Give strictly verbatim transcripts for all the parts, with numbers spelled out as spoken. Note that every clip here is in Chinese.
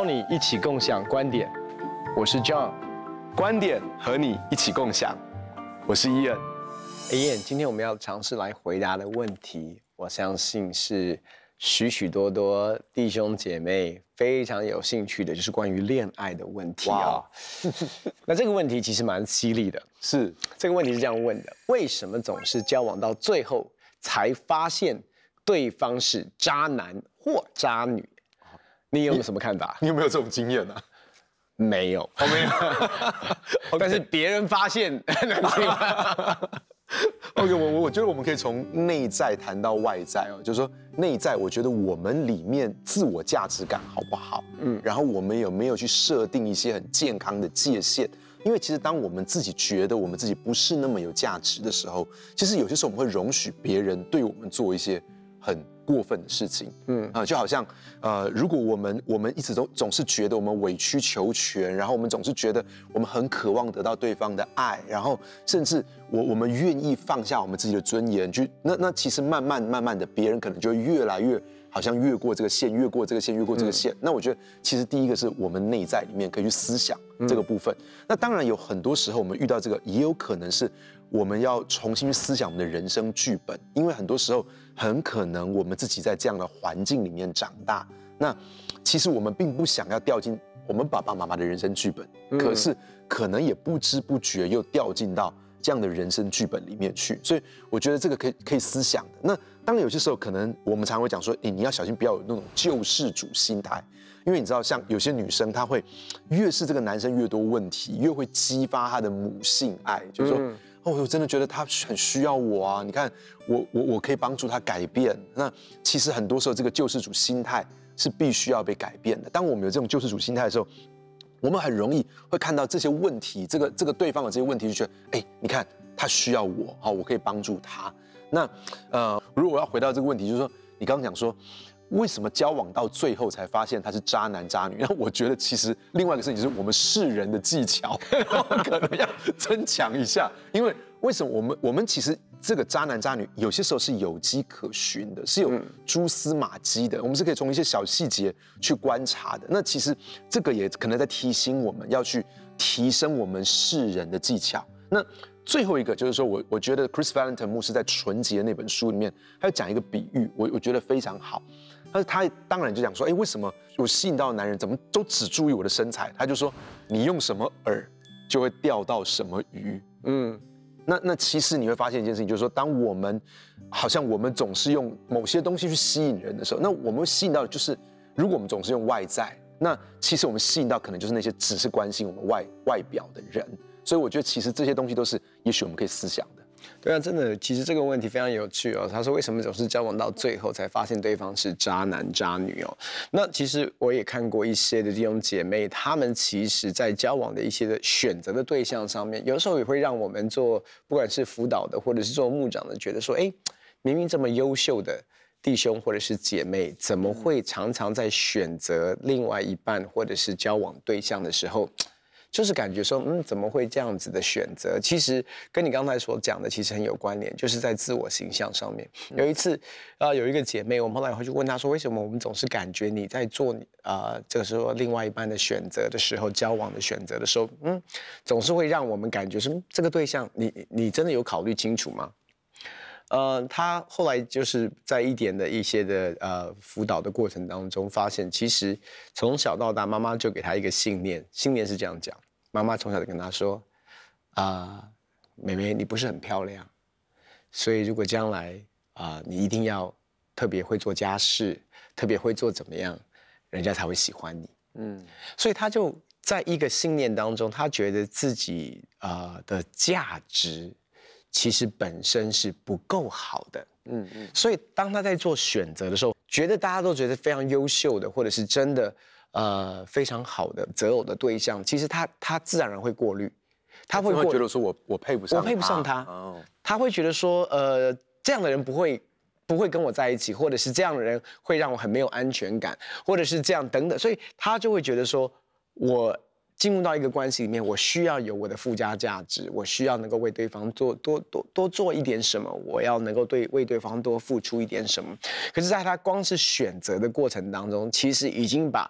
你一起共享观点，我是 John， 观点和你一起共享，我是 Ian。 Ian， 今天我们要尝试来回答的问题，我相信是许许多多弟兄姐妹非常有兴趣的，就是关于恋爱的问题啊、哦。那这个问题其实蛮犀利的， 是这个问题是这样问的：为什么总是交往到最后才发现对方是渣男或渣女？你有没有什么看法？ 你有没有这种经验啊？ 没有， 我、oh, 没有。 但是别人发现，能听吗？ OK， 我我觉得我们可以从内在谈到外在哦，就是说内在，我觉得我们里面自我价值感好不好？嗯，然后我们有没有去设定一些很健康的界限？因为其实当我们自己觉得我们自己不是那么有价值的时候，其实有些时候我们会容许别人对我们做一些很过分的事情。嗯啊，就好像呃，如果我们我们一直都总是觉得我们委曲求全，然后我们总是觉得我们很渴望得到对方的爱，然后甚至我我们愿意放下我们自己的尊严，去那那其实慢慢慢慢的，别人可能就会越来越好像越过这个线，越过这个线，越过这个线。嗯、那我觉得其实第一个是我们内在里面可以去思想这个部分。嗯、那当然有很多时候我们遇到这个，也有可能是我们要重新去思想我们的人生剧本，因为很多时候很可能我们自己在这样的环境里面长大，那其实我们并不想要掉进我们爸爸妈妈的人生剧本，嗯、可是可能也不知不觉又掉进到这样的人生剧本里面去，所以我觉得这个可以可以思想的。那当然有些时候可能我们常会讲说，欸，你要小心不要有那种救世主心态，因为你知道像有些女生她会越是这个男生越多问题，越会激发她的母性爱，就是说。嗯哦，我真的觉得他很需要我啊！你看，我我我可以帮助他改变。那其实很多时候，这个救世主心态是必须要被改变的。当我们有这种救世主心态的时候，我们很容易会看到这些问题，这个这个对方的这些问题，就觉得，哎，你看他需要我，好，我可以帮助他。那呃，如果我要回到这个问题，就是说，你刚刚讲说。为什么交往到最后才发现他是渣男渣女？那我觉得其实另外一个事情就是我们识人的技巧可能要增强一下，因为为什么我们我们其实这个渣男渣女有些时候是有迹可循的，是有蛛丝马迹的，我们是可以从一些小细节去观察的。那其实这个也可能在提醒我们要去提升我们识人的技巧。那最后一个就是说我我觉得 Chris Valentine 牧师在《纯洁》那本书里面，他有讲一个比喻，我我觉得非常好。但是他当然就讲说，哎，为什么我吸引到的男人怎么都只注意我的身材？他就说，你用什么饵，就会钓到什么鱼。嗯，那那其实你会发现一件事情，就是说，当我们好像我们总是用某些东西去吸引人的时候，那我们会吸引到的就是，如果我们总是用外在，那其实我们吸引到可能就是那些只是关心我们外外表的人。所以我觉得其实这些东西都是也许我们可以思想的。 对啊，真的，其实这个问题非常有趣哦。他说为什么总是交往到最后才发现对方是渣男渣女哦？那其实我也看过一些的弟兄姐妹，他们其实在交往的一些的选择的对象上面，有的时候也会让我们做不管是辅导的或者是做牧长的，觉得说，哎，明明这么优秀的弟兄或者是姐妹，怎么会常常在选择另外一半或者是交往对象的时候？就是感觉说，嗯，怎么会这样子的选择？其实跟你刚才所讲的其实很有关联，就是在自我形象上面。有一次，啊、呃，有一个姐妹，我们后来会去问她说，为什么我们总是感觉你在做啊、呃，这个时候另外一半的选择的时候，交往的选择的时候，嗯，总是会让我们感觉是这个对象，你你真的有考虑清楚吗？呃，他后来就是在一点的一些的呃辅导的过程当中，发现其实从小到大，妈妈就给他一个信念，信念是这样讲，妈妈从小就跟他说，啊、呃，妹妹你不是很漂亮，所以如果将来啊、呃、你一定要特别会做家事，特别会做怎么样，人家才会喜欢你。嗯，所以他就在一个信念当中，他觉得自己啊、呃、的价值。其实本身是不够好的，嗯嗯，所以当他在做选择的时候，觉得大家都觉得非常优秀的，或者是真的呃非常好的择偶的对象，其实他他自然而然会过滤， 他会觉得说我我配不上他， 我配不上他，哦，他会觉得说呃这样的人不会不会跟我在一起，或者是这样的人会让我很没有安全感，或者是这样等等，所以他就会觉得说我。进入到一个关系里面，我需要有我的附加价值，我需要能够为对方做多多多做一点什么，我要能够对为对方多付出一点什么。可是，在他光是选择的过程当中，其实已经把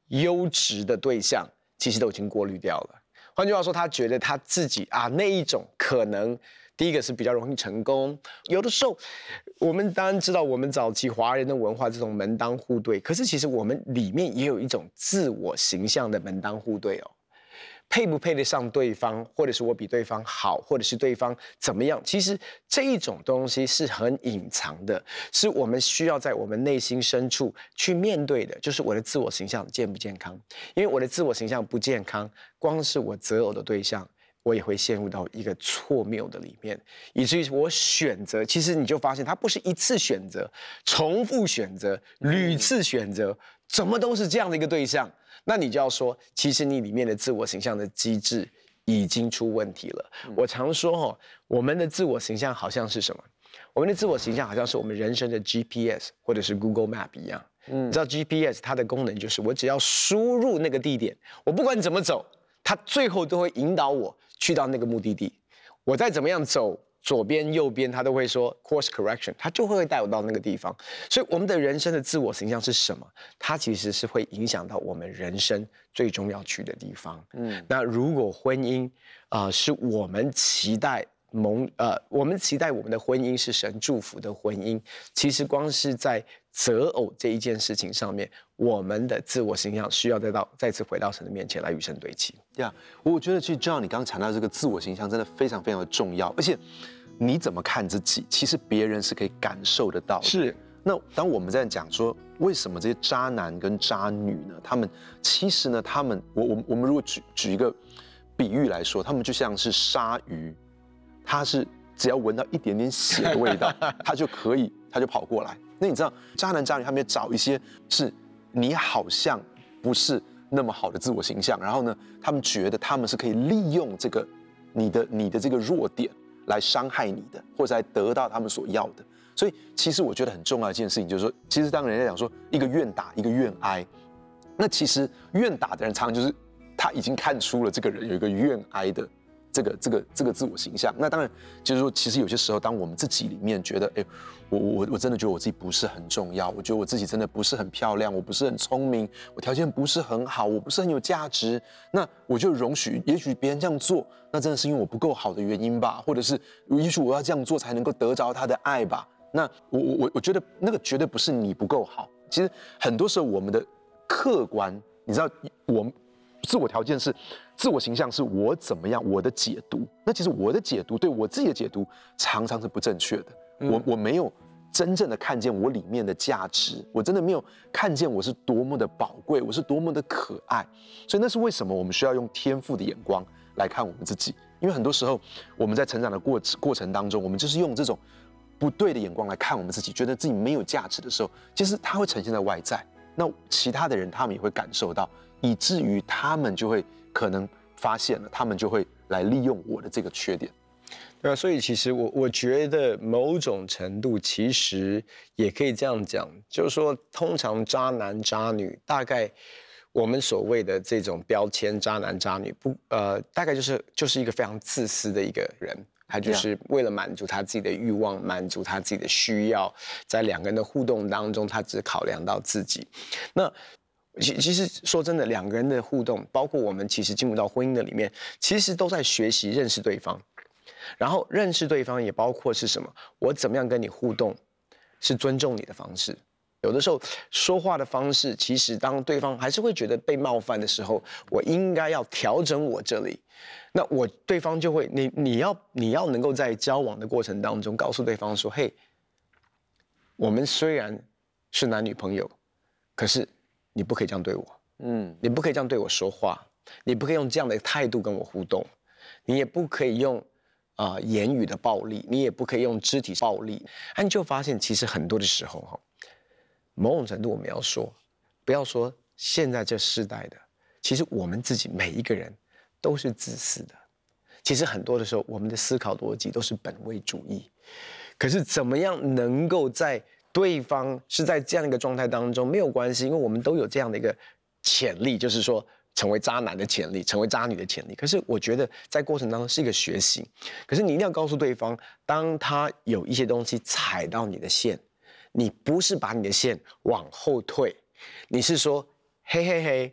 优质的对象，其实都已经过滤掉了。换句话说，他觉得他自己啊那一种可能，第一个是比较容易成功。有的时候，我们当然知道我们早期华人的文化这种门当户对，可是其实我们里面也有一种自我形象的门当户对哦。配不配得上对方，或者是我比对方好，或者是对方怎么样？其实这一种东西是很隐藏的，是我们需要在我们内心深处去面对的，就是我的自我形象健不健康？因为我的自我形象不健康，光是我择偶的对象，我也会陷入到一个错谬的里面，以至于我选择，其实你就发现它不是一次选择，重复选择，屡次选择，怎么都是这样的一个对象。那你就要说，其实你里面的自我形象的机制已经出问题了。嗯、我常说哦，我们的自我形象好像是什么？我们的自我形象好像是我们人生的 G P S 或者是 Google Map 一样。嗯，你知道 G P S 它的功能就是我只要输入那个地点，我不管怎么走，它最后都会引导我去到那个目的地。我再怎么样走，左边右边，它都会说 course correction， 它就会带我到那个地方。所以我们的人生的自我形象是什么？它其实是会影响到我们人生最终要去的地方。嗯，那如果婚姻啊、呃、是我们期待蒙呃我们期待我们的婚姻是神祝福的婚姻，其实光是在择偶这一件事情上面，我们的自我形象需要再到再次回到神的面前来与神对齐。 呀、yeah, 我觉得其实 John 你刚刚谈到这个自我形象真的非常非常的重要，而且你怎么看自己，其实别人是可以感受得到的。 是。 那当我们在讲说为什么这些渣男跟渣女呢，他们其实呢，他们我我我们如果举举一个比喻来说，他们就像是鲨鱼，它是只要闻到一点点血的味道，它就可以，它就跑过来。那你知道渣男渣女他们也找一些是你好像不是那么好的自我形象，然后呢，他们觉得他们是可以利用这个你的你的这个弱点来伤害你的，或者来得到他们所要的。所以其实我觉得很重要的一件事情就是说，其实当人家讲说一个愿打一个愿挨，那其实愿打的人常常就是他已经看出了这个人有一个愿挨的这个这个这个自我形象。那当然就是说，其实有些时候当我们自己里面觉得，哎，我我我真的觉得我自己不是很重要，我觉得我自己真的不是很漂亮，我不是很聪明，我条件不是很好，我不是很有价值，那我就容许，也许别人这样做，那真的是因为我不够好的原因吧，或者是也许我要这样做才能够得着他的爱吧。那我我我我觉得那个绝对不是你不够好，其实很多时候我们的客观，你知道，我们自我条件是自我形象是我怎么样，我的解读，那其实我的解读对我自己的解读常常是不正确的，嗯、我我没有真正的看见我里面的价值，我真的没有看见我是多么的宝贵，我是多么的可爱，所以那是为什么我们需要用天赋的眼光来看我们自己，因为很多时候我们在成长的过过程当中，我们就是用这种不对的眼光来看我们自己，觉得自己没有价值的时候，其实它会呈现在外在，那其他的人他们也会感受到，以至于他们就会可能发现了，他们就会来利用我的这个缺点。 对啊，所以其实我我觉得某种程度其实也可以这样讲，就是说，通常渣男渣女大概我们所谓的这种标签渣男渣女不呃，大概就是就是一个非常自私的一个人。他就是为了满足他自己的欲望，满足他自己的需要，在两个人的互动当中，他只考量到自己。那其其实说真的，两个人的互动，包括我们其实进入到婚姻的里面，其实都在学习认识对方。然后认识对方也包括是什么？我怎么样跟你互动，是尊重你的方式。有的时候说话的方式，其实当对方还是会觉得被冒犯的时候，我应该要调整我这里。那我对方就会，你你要你要能够在交往的过程当中告诉对方说，嘿，我们虽然是男女朋友，可是你不可以这样对我，嗯，你不可以这样对我说话，你不可以用这样的态度跟我互动，你也不可以用啊、呃、言语的暴力，你也不可以用肢体暴力。啊，你就发现其实很多的时候哈，某种程度我们要说，不要说现在这世代的，其实我们自己每一个人都是自私的。其实很多的时候，我们的思考逻辑都是本位主义。可是怎么样能够在对方是在这样一个状态当中，没有关系，因为我们都有这样的一个潜力，就是说成为渣男的潜力，成为渣女的潜力。可是我觉得在过程当中是一个学习。可是你一定要告诉对方，当他有一些东西踩到你的线，你不是把你的线往后退，你是说，嘿嘿嘿，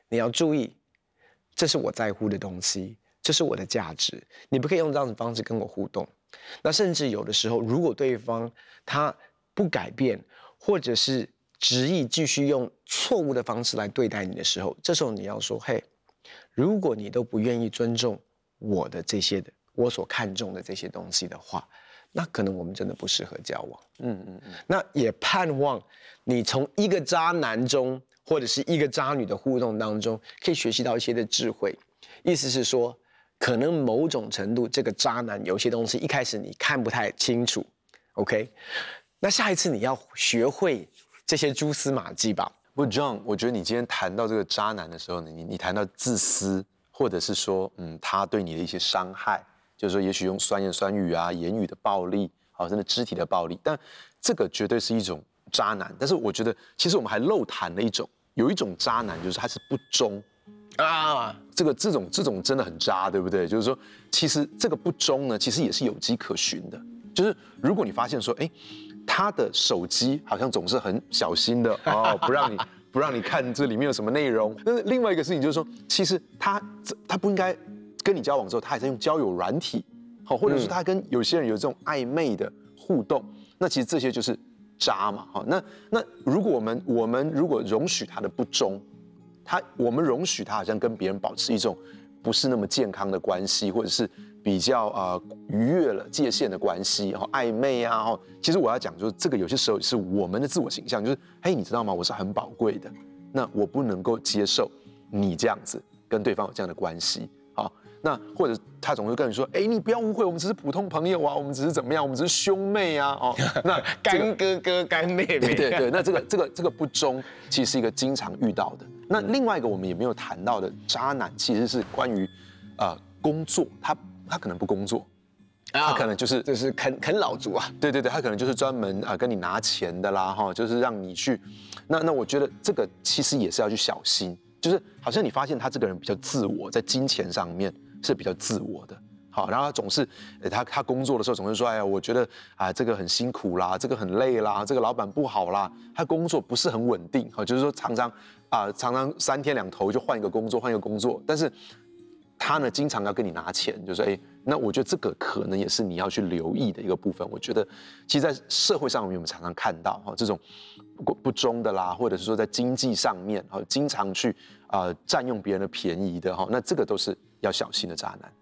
你要注意，这是我在乎的东西，这是我的价值，你不可以用这样的方式跟我互动。那甚至有的时候，如果对方他不改变，或者是执意继续用错误的方式来对待你的时候，这时候你要说：嘿，如果你都不愿意尊重我的这些的，我所看重的这些东西的话，那可能我们真的不适合交往。嗯嗯嗯。那也盼望你从一个渣男中，或者是一个渣女的互动当中，可以学习到一些的智慧。意思是说，可能某种程度，这个渣男有些东西一开始你看不太清楚 ，OK？ 那下一次你要学会这些蛛丝马迹吧。 不 ，John， 我觉得你今天谈到这个渣男的时候，你你谈到自私，或者是说，嗯，他对你的一些伤害，就是说，也许用酸言酸语啊、言语的暴力，好，甚至肢体的暴力，但这个绝对是一种渣男。但是我觉得，其实我们还漏谈了一种，有一种渣男，就是他是不忠。啊，这个这种这种真的很渣，对不对？就是说，其实这个不忠呢，其实也是有迹可循的。就是如果你发现说，哎，他的手机好像总是很小心的哦，不让你不让你看这里面有什么内容。但是另外一个事情就是说，其实他他不应该跟你交往之后，他还在用交友软体，好，或者是他跟有些人有这种暧昧的互动，那其实这些就是渣嘛，好，那那如果我们我们如果容许他的不忠。他，我们容许他好像跟别人保持一种不是那么健康的关系，或者是比较呃逾越了界限的关系，然后暧昧啊，哈。其实我要讲就是这个有些时候是我们的自我形象，就是嘿，你知道吗？我是很宝贵的，那我不能够接受你这样子跟对方有这样的关系，好。那或者他总会跟你说，哎，你不要误会，我们只是普通朋友啊，我们只是怎么样，我们只是兄妹啊，哦，那干哥哥干妹妹， 对对对，那这个这个这个不忠，其实是一个经常遇到的。那另外一个我们也没有谈到的渣男，其实是关于，呃，工作，他他可能不工作，他可能就是就是啃啃老族啊， 对对对，他可能就是专门啊、呃、跟你拿钱的啦，哈，就是让你去，那那我觉得这个其实也是要去小心，就是好像你发现他这个人比较自我，在金钱上面是比较自我的。好，然后他总是，他他工作的时候总是说，哎呀，我觉得啊，这个很辛苦啦，这个很累啦，这个老板不好啦，他工作不是很稳定，好，就是说常常啊，常常三天两头就换一个工作，换一个工作，但是他呢，经常要跟你拿钱，就是哎，那我觉得这个可能也是你要去留意的一个部分。我觉得，其实，在社会上面我们常常看到哈，这种不不忠的啦，或者是说在经济上面，哈，经常去啊占用别人的便宜的哈，那这个都是要小心的渣男。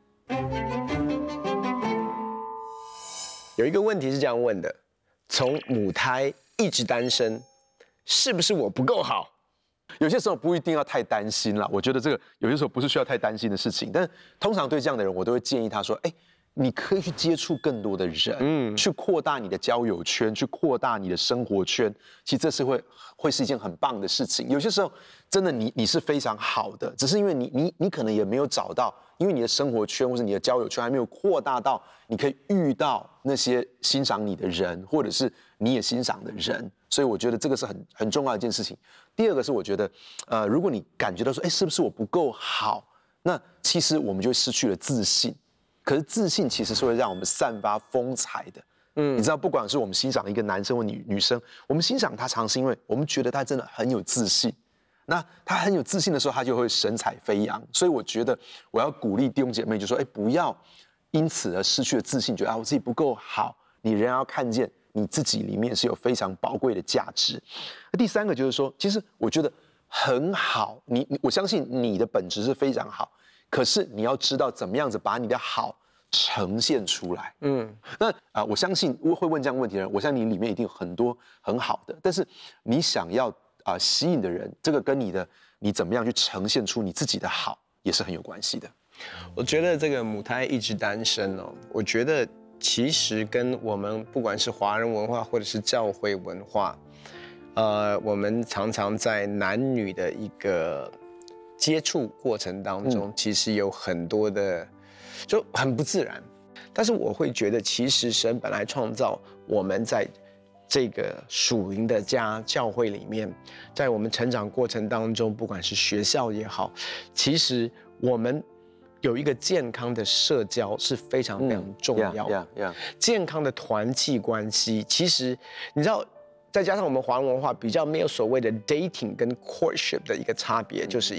有一个问题是这样问的：从母胎一直单身，是不是我不够好？ 有些时候不一定要太担心啦，我觉得这个有些时候不是需要太担心的事情。但是通常对这样的人，我都会建议他说：“哎，你可以去接触更多的人，嗯，去扩大你的交友圈，去扩大你的生活圈。其实这是会会是一件很棒的事情。有些时候真的你你是非常好的，只是因为你你你可能也没有找到。”因为你的生活圈或者你的交友圈还没有扩大到你可以遇到那些欣赏你的人，或者是你也欣赏的人，所以我觉得这个是很很重要的一件事情。第二个是我觉得，呃，如果你感觉到说，哎，是不是我不够好？那其实我们就会失去了自信。可是自信其实是会让我们散发风采的。嗯，你知道，不管是我们欣赏一个男生或女女生，我们欣赏他，常是因为我们觉得他真的很有自信。那他很有自信的时候，他就会神采飞扬。所以我觉得我要鼓励弟兄姐妹，就说：哎，不要因此而失去了自信，觉得啊我自己不够好。你仍然要看见你自己里面是有非常宝贵的价值。那第三个就是说，其实我觉得很好，你我相信你的本质是非常好，可是你要知道怎么样子把你的好呈现出来。嗯，那啊、呃，我相信会问这样问题的人，我相信你里面一定有很多很好的，但是你想要。啊、呃，吸引的人，这个跟你的你怎么样去呈现出你自己的好，也是很有关系的。 我觉得这个母胎一直单身哦，我觉得其实跟我们不管是华人文化或者是教会文化，呃，我们常常在男女的一个接触过程当中，嗯、其实有很多的就很不自然。但是我会觉得，其实神本来创造我们在。这个属灵的家教会里面，在我们成长过程当中，不管是学校也好，其实我们有一个健康的社交是非常非常重要的。嗯、yeah, yeah, yeah. 健康的团契关系，其实你知道，再加上我们华人文化比较没有所谓的 dating 跟 courtship 的一个差别，就是一个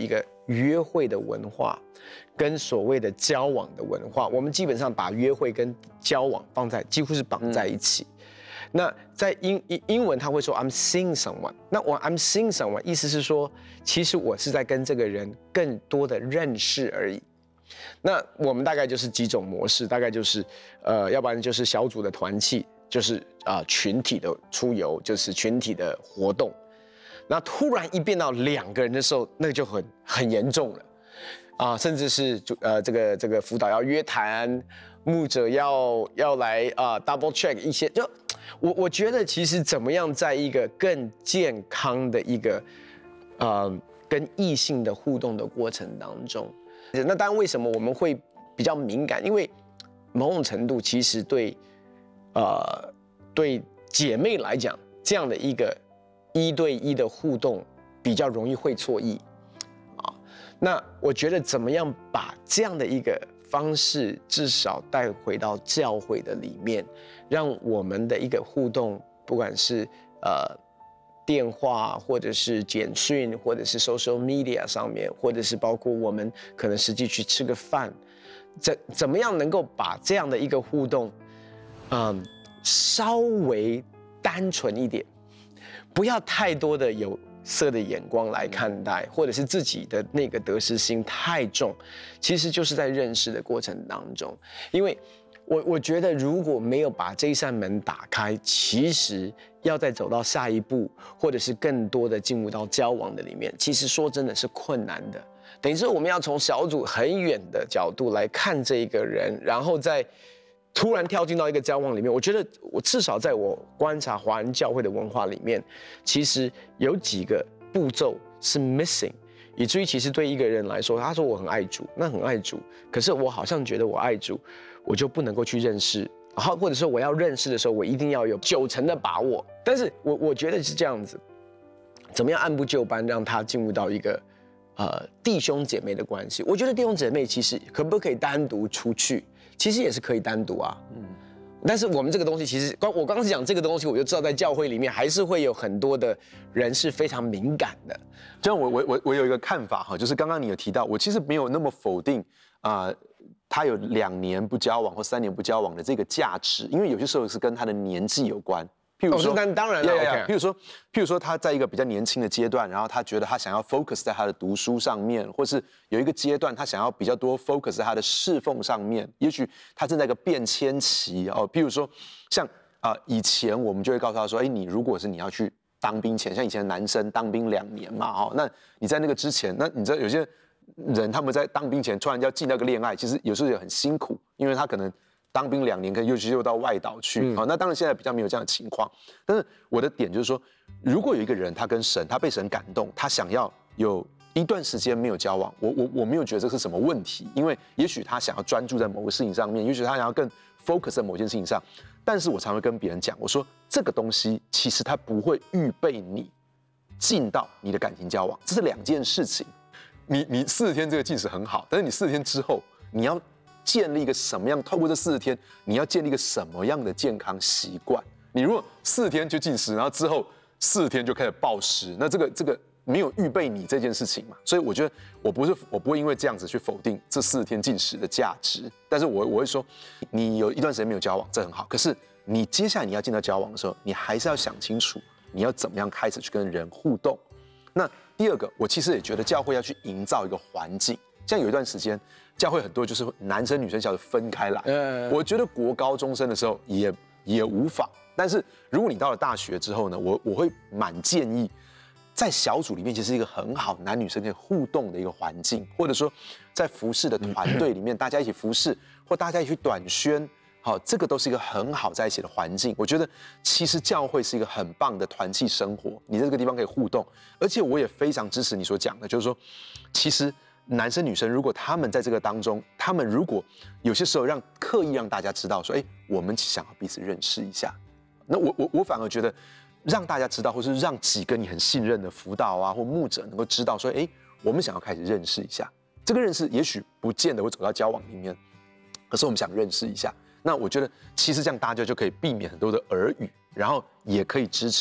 约会的文化跟所谓的交往的文化，我们基本上把约会跟交往放在几乎是绑在一起。嗯、那在英英英文他会说 I'm seeing someone， 那我 I'm seeing someone 意思是说，其实我是在跟这个人更多的认识而已。那我们大概就是几种模式，大概就是呃，要不然就是小组的团契，就是啊、呃、群体的出游，就是群体的活动。那突然一变到两个人的时候，那个就很很严重了，啊、呃，甚至是呃这个这个辅导要约谈，牧者要要来啊、呃、double check 一些，就我我觉得其实怎么样在一个更健康的一个呃跟异性的互动的过程当中，那当然为什么我们会比较敏感？因为某种程度其实对呃对姐妹来讲，这样的一个一对一的互动比较容易会错意，啊，那我觉得怎么样把这样的一个方式至少带回到教会的里面，让我们的一个互动，不管是呃电话或者是简讯，或者是 social media 上面，或者是包括我们可能实际去吃个饭，怎怎么样能够把这样的一个互动，嗯，稍微单纯一点。不要太多的有色的眼光来看待，或者是自己的那个得失心太重，其实就是在认识的过程当中。因为我我觉得如果没有把这一扇门打开，其实要再走到下一步，或者是更多的进入到交往的里面，其实说真的是困难的。等于是我们要从小组很远的角度来看这一个人，然后再突然跳进到一个交往里面，我觉得我至少在我观察华人教会的文化里面，其实有几个步骤是 missing， 以至于其实对一个人来说，他说我很爱主，那很爱主，可是我好像觉得我爱主，我就不能够去认识，然后或者说我要认识的时候，我一定要有九成的把握。但是我我觉得是这样子，怎么样按部就班让他进入到一个呃弟兄姐妹的关系？我觉得弟兄姐妹其实可不可以单独出去？其实也是可以单独啊，嗯，但是我们这个东西其实，刚我刚刚讲这个东西，我就知道在教会里面还是会有很多的人是非常敏感的。 这样我我我我有一个看法哈，就是刚刚你有提到，我其实没有那么否定啊、呃，他有两年不交往或三年不交往的这个价值，因为有些时候是跟他的年纪有关。譬如说， 哦、当然了， yeah, yeah, okay. 譬如说，譬如说他在一个比较年轻的阶段，然后他觉得他想要 focus 在他的读书上面，或是有一个阶段他想要比较多 focus 在他的侍奉上面，也许他正在一个变迁期哦。譬如说，像啊、呃、以前我们就会告诉他说，哎，你如果是你要去当兵前，像以前男生当兵两年嘛，哦，那你在那个之前，那你知道有些人他们在当兵前突然要进那个恋爱，其实有时候也很辛苦，因为他可能当兵两年，可尤其又到外岛去，好、嗯哦，那当然现在比较没有这样的情况。但是我的点就是说，如果有一个人他跟神，他被神感动，他想要有一段时间没有交往，我我我没有觉得这是什么问题，因为也许他想要专注在某个事情上面，也许他想要更 focus 在某件事情上。但是我常会跟别人讲，我说这个东西其实它不会预备你进到你的感情交往，这是两件事情。你你四十天这个禁食很好，但是你四十天之后，你要建立一个什么样？透过这四十天，你要建立一个什么样的健康习惯？你如果四十天就禁食，然后之后四十天就开始暴食，那这个这个没有预备你这件事情嘛？所以我觉得我不是我不会因为这样子去否定这四十天禁食的价值，但是我我会说，你有一段时间没有交往，这很好。可是你接下来你要进到交往的时候，你还是要想清楚，你要怎么样开始去跟人互动。那第二个，我其实也觉得教会要去营造一个环境，像有一段时间。教会很多就是男生女生小的分开来，嗯，我觉得国高中生的时候也也无妨，但是如果你到了大学之后呢，我我会蛮建议，在小组里面其实是一个很好男女生可以互动的一个环境，或者说在服侍的团队里面，大家一起服侍，或大家一起去短宣，好，这个都是一个很好在一起的环境。我觉得其实教会是一个很棒的团契生活，你在这个地方可以互动，而且我也非常支持你所讲的，就是说，其实。男生女生如果他们在这个当中，他们如果有些时候让刻意让大家知道说，哎，我们想要彼此认识一下，那我我我反而觉得让大家知道，或是让几个你很信任的辅导啊或牧者能够知道说，哎，我们想要开始认识一下。这个认识也许不见得会走到交往里面，可是我们想认识一下。那我觉得其实这样大家就可以避免很多的耳语，然后也可以支持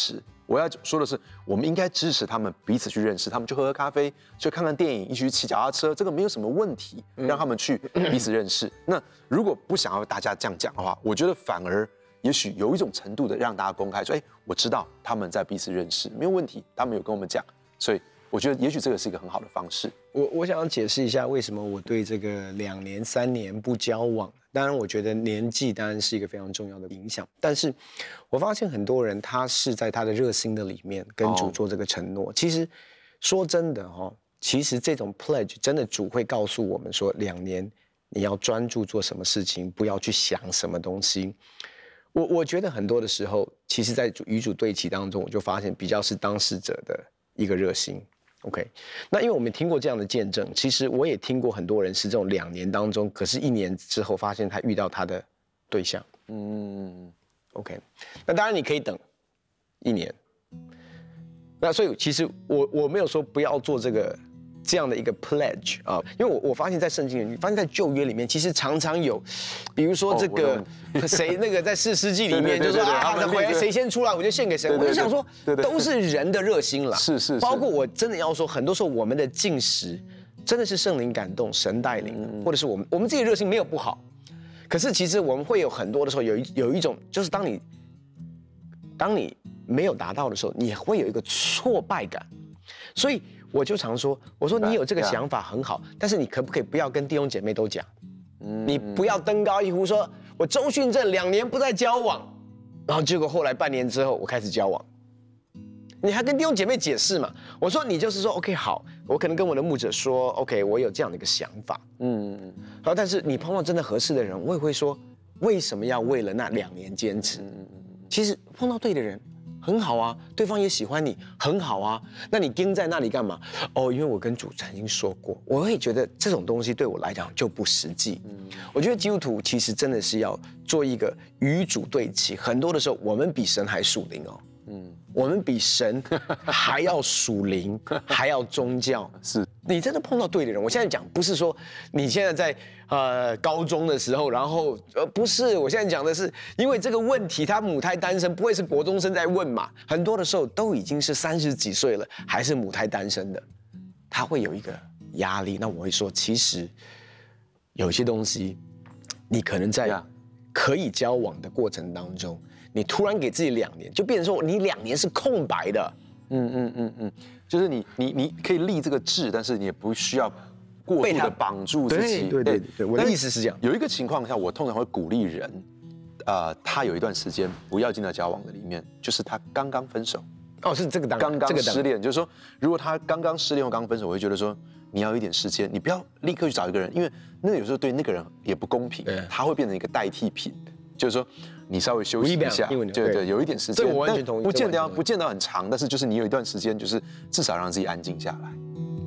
我要说的是，我们应该支持他们彼此去认识，他们去喝喝咖啡，去看看电影，一起去骑脚踏车，这个没有什么问题，让他们去彼此认识。那如果不想要大家这样讲的话，我觉得反而也许有一种程度的让大家公开说，哎，我知道他们在彼此认识，没有问题，他们有跟我们讲，所以我觉得也许这个是一个很好的方式。 我我想要解释一下为什么我对这个两年三年不交往。当然，我觉得年纪当然是一个非常重要的影响，但是我发现很多人他是在他的热心的里面跟主做这个承诺。其实说真的哈，其实这种 pledge 真的主会告诉我们说，两年你要专注做什么事情，不要去想什么东西。我我觉得很多的时候，其实在与主对齐当中，我就发现比较是当事者的一个热心。OK， 那因为我们听过这样的见证，其实我也听过很多人是这种两年当中，可是一年之后发现他遇到他的对象。嗯 ，OK， 那当然你可以等一年。那所以其实我我没有说不要做这个这样的一个 pledge 啊，因为我我发现在圣经里，你发现在旧约里面，其实常常有，比如说这个谁那个在士师记里面就说啊，回来谁先出来我就献给谁，我就想说都是人的热心啦， 是是， 包括我真的要说，很多时候我们的进食真的是圣灵感动、神带领，或者是我们我们自己的热心没有不好，可是其实我们会有很多的时候有一有一种就是当你当你没有达到的时候，你会有一个挫败感，所以。我就常说，我说你有这个想法很好，但是你可不可以不要跟弟兄姐妹都讲？你不要登高一呼说，我周训正两年不再交往，然后结果后来半年之后我开始交往，你还跟弟兄姐妹解释嘛？我说你就是说 OK 好，我可能跟我的牧者说 OK， 我有这样的一个想法，嗯，然后但是你碰到真的合适的人，我也会说为什么要为了那两年坚持？其实碰到对的人。很好啊，对方也喜欢你，很好啊。那你盯在那里干嘛？哦，因为我跟主曾经说过，我会觉得这种东西对我来讲就不实际。嗯，我觉得基督徒其实真的是要做一个与主对齐。很多的时候，我们比神还属灵哦。嗯，我们比神还要属灵，还要宗教。 是你真的碰到对的人。我现在讲不是说你现在在呃高中的时候，然后呃不是，我现在讲的是，因为这个问题，他母胎单身，不会是国中生在问嘛？很多的时候都已经是三十几岁了，还是母胎单身的，他会有一个压力。那我会说，其实有些东西，你可能在可以交往的过程当中。你突然给自己两年，就变成说你两年是空白的。 嗯嗯嗯嗯，就是你你你可以立这个志，但是你也不需要过度的绑住自己。 对对对对，我的意思是这样。 有一个情况下，我通常会鼓励人，呃，他有一段时间不要进到交往的里面，就是他刚刚分手。 哦，是这个当刚刚失恋，就是说，如果他刚刚失恋或刚分手，我会觉得说，你要有一点时间，你不要立刻去找一个人，因为那有时候对那个人也不公平，他会变成一个代替品。就是说，你稍微休息一下，对对，有一点时间， 这我完全同意， 不见得要不见得很长，但是就是你有一段时间，就是至少让自己安静下来。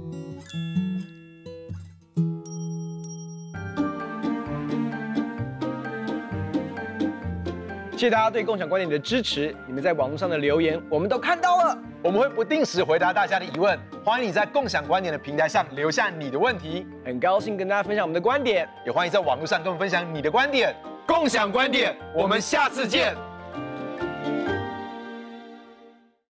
谢谢大家对共享观点的支持，你们在网络上的留言我们都看到了， 我们会不定时回答大家的疑问，欢迎你在共享观点的平台上留下你的问题， 很高兴跟大家分享我们的观点， 也欢迎在网络上跟我们分享你的观点。共享观点，我们下次见。